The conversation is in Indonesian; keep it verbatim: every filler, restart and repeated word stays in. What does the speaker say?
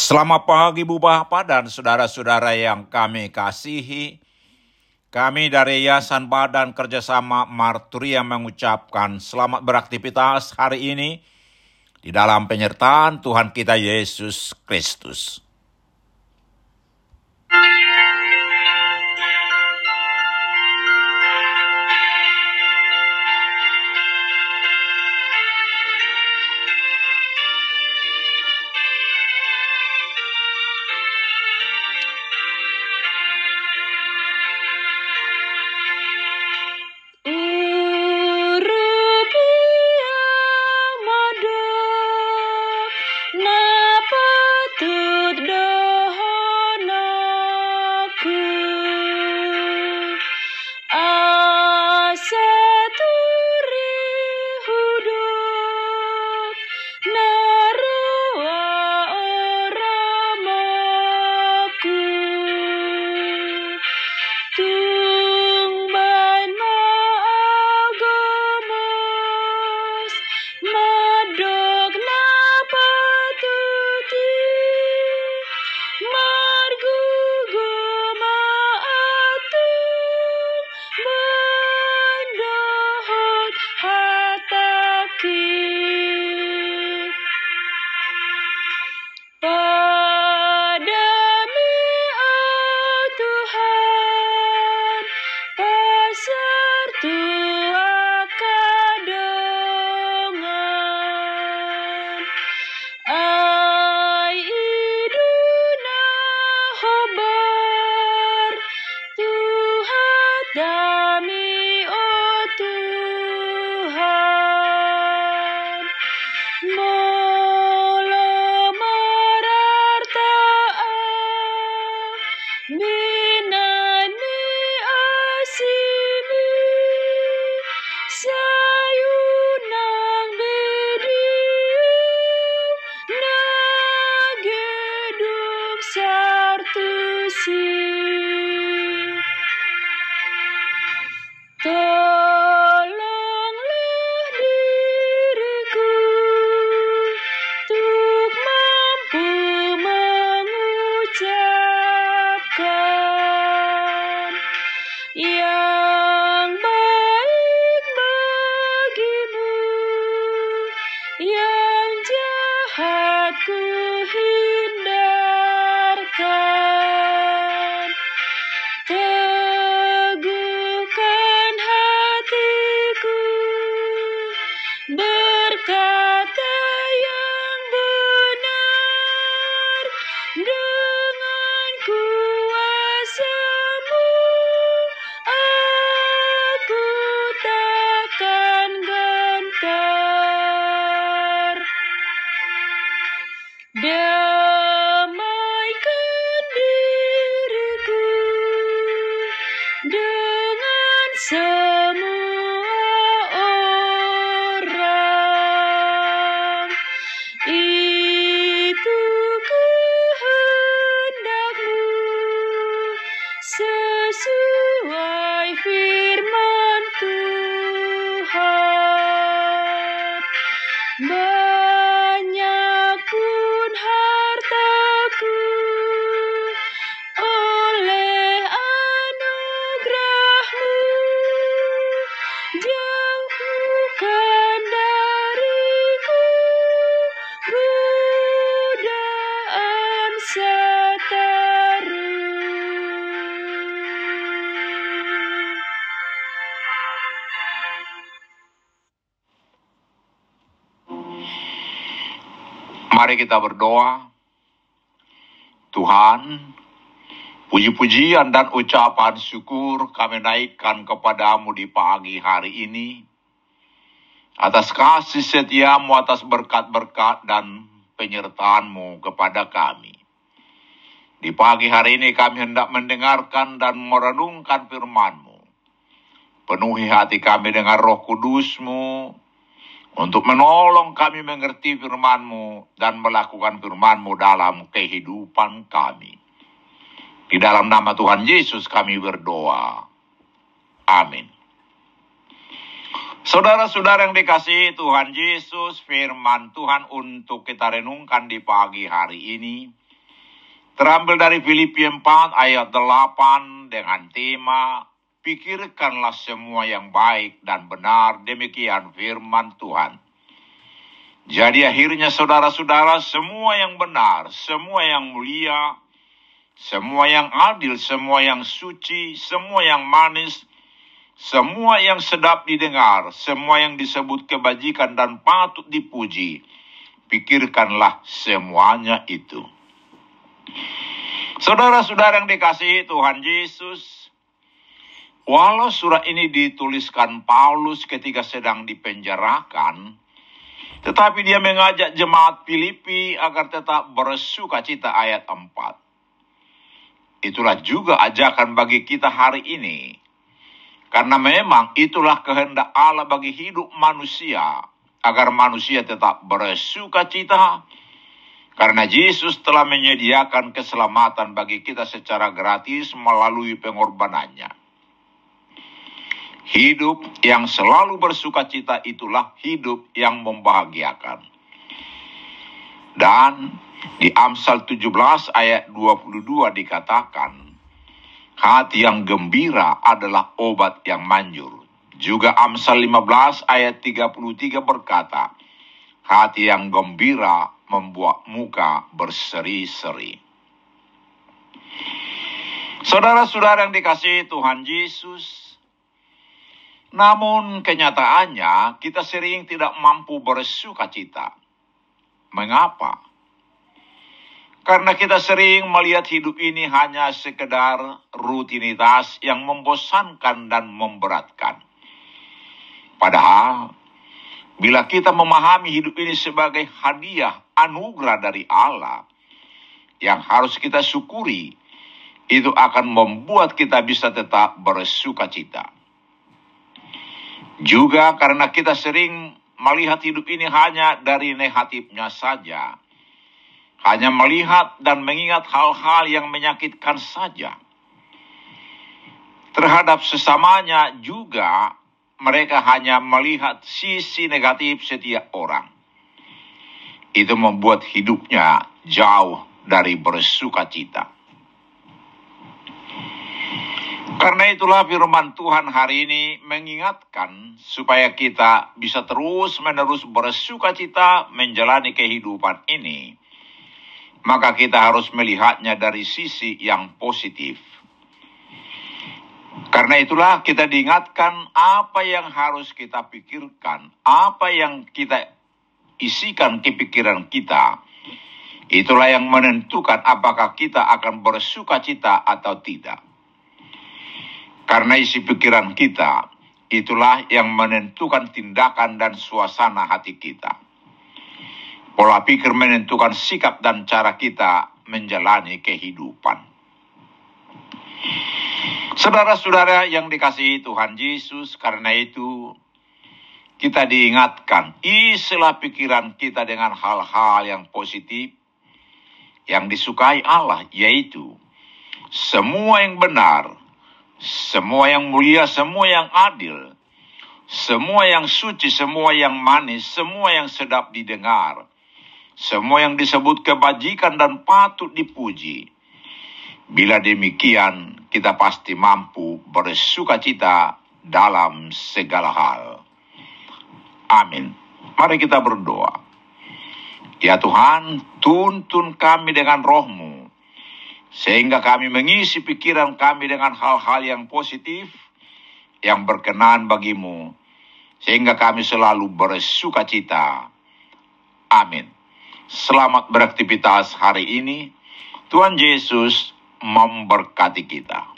Selamat pagi Bu Bapak dan saudara-saudara yang kami kasihi. Kami dari Yayasan Badan Kerjasama Marturia mengucapkan selamat beraktivitas hari ini di dalam penyertaan Tuhan kita Yesus Kristus. Mari kita berdoa. Tuhan, puji-pujian dan ucapan syukur kami naikkan kepadamu di pagi hari ini. Atas kasih setiamu, atas berkat-berkat dan penyertaanmu kepada kami. Di pagi hari ini kami hendak mendengarkan dan merenungkan firman-Mu. Penuhi hati kami dengan Roh Kudus-Mu, untuk menolong kami mengerti firman-Mu dan melakukan firman-Mu dalam kehidupan kami. Di dalam nama Tuhan Yesus kami berdoa. Amin. Saudara-saudara yang dikasihi Tuhan Yesus, firman Tuhan untuk kita renungkan di pagi hari ini Terambil dari Filipi empat ayat delapan dengan tema, pikirkanlah semua yang baik dan benar, demikian firman Tuhan. Jadi akhirnya saudara-saudara, semua yang benar, semua yang mulia, semua yang adil, semua yang suci, semua yang manis, semua yang sedap didengar, semua yang disebut kebajikan dan patut dipuji, pikirkanlah semuanya itu. Saudara-saudara yang dikasihi Tuhan Yesus, walau surat ini dituliskan Paulus ketika sedang dipenjarakan, tetapi dia mengajak jemaat Filipi agar tetap bersuka cita ayat empat. Itulah juga ajakan bagi kita hari ini. Karena memang itulah kehendak Allah bagi hidup manusia, agar manusia tetap bersuka cita, karena Yesus telah menyediakan keselamatan bagi kita secara gratis melalui pengorbanannya. Hidup yang selalu bersuka cita itulah hidup yang membahagiakan. Dan di Amsal tujuh belas ayat dua puluh dua dikatakan, hati yang gembira adalah obat yang manjur. Juga Amsal lima belas ayat tiga puluh tiga berkata, hati yang gembira membuat muka berseri-seri. Saudara-saudara yang dikasihi Tuhan Yesus, namun kenyataannya kita sering tidak mampu bersuka cita. Mengapa? Karena kita sering melihat hidup ini hanya sekedar rutinitas yang membosankan dan memberatkan. Padahal, bila kita memahami hidup ini sebagai hadiah anugerah dari Allah yang harus kita syukuri, itu akan membuat kita bisa tetap bersuka cita. Juga karena kita sering melihat hidup ini hanya dari negatifnya saja, hanya melihat dan mengingat hal-hal yang menyakitkan saja. Terhadap sesamanya juga, mereka hanya melihat sisi negatif setiap orang. Itu membuat hidupnya jauh dari bersuka cita. Karena itulah firman Tuhan hari ini mengingatkan supaya kita bisa terus-menerus bersuka cita menjalani kehidupan ini. Maka kita harus melihatnya dari sisi yang positif. Karena itulah kita diingatkan apa yang harus kita pikirkan, apa yang kita isikan ke pikiran kita. Itulah yang menentukan apakah kita akan bersuka cita atau tidak. Karena isi pikiran kita, itulah yang menentukan tindakan dan suasana hati kita. Pola pikir menentukan sikap dan cara kita menjalani kehidupan. Saudara-saudara yang dikasihi Tuhan Yesus, karena itu kita diingatkan, isilah pikiran kita dengan hal-hal yang positif, yang disukai Allah, yaitu semua yang benar, semua yang mulia, semua yang adil, semua yang suci, semua yang manis, semua yang sedap didengar, semua yang disebut kebajikan dan patut dipuji. Bila demikian, kita pasti mampu bersuka cita dalam segala hal. Amin. Mari kita berdoa. Ya Tuhan, tuntun kami dengan roh-Mu, sehingga kami mengisi pikiran kami dengan hal-hal yang positif, yang berkenan bagi-Mu, sehingga kami selalu bersuka cita. Amin. Selamat beraktivitas hari ini. Tuhan Yesus memberkati kita.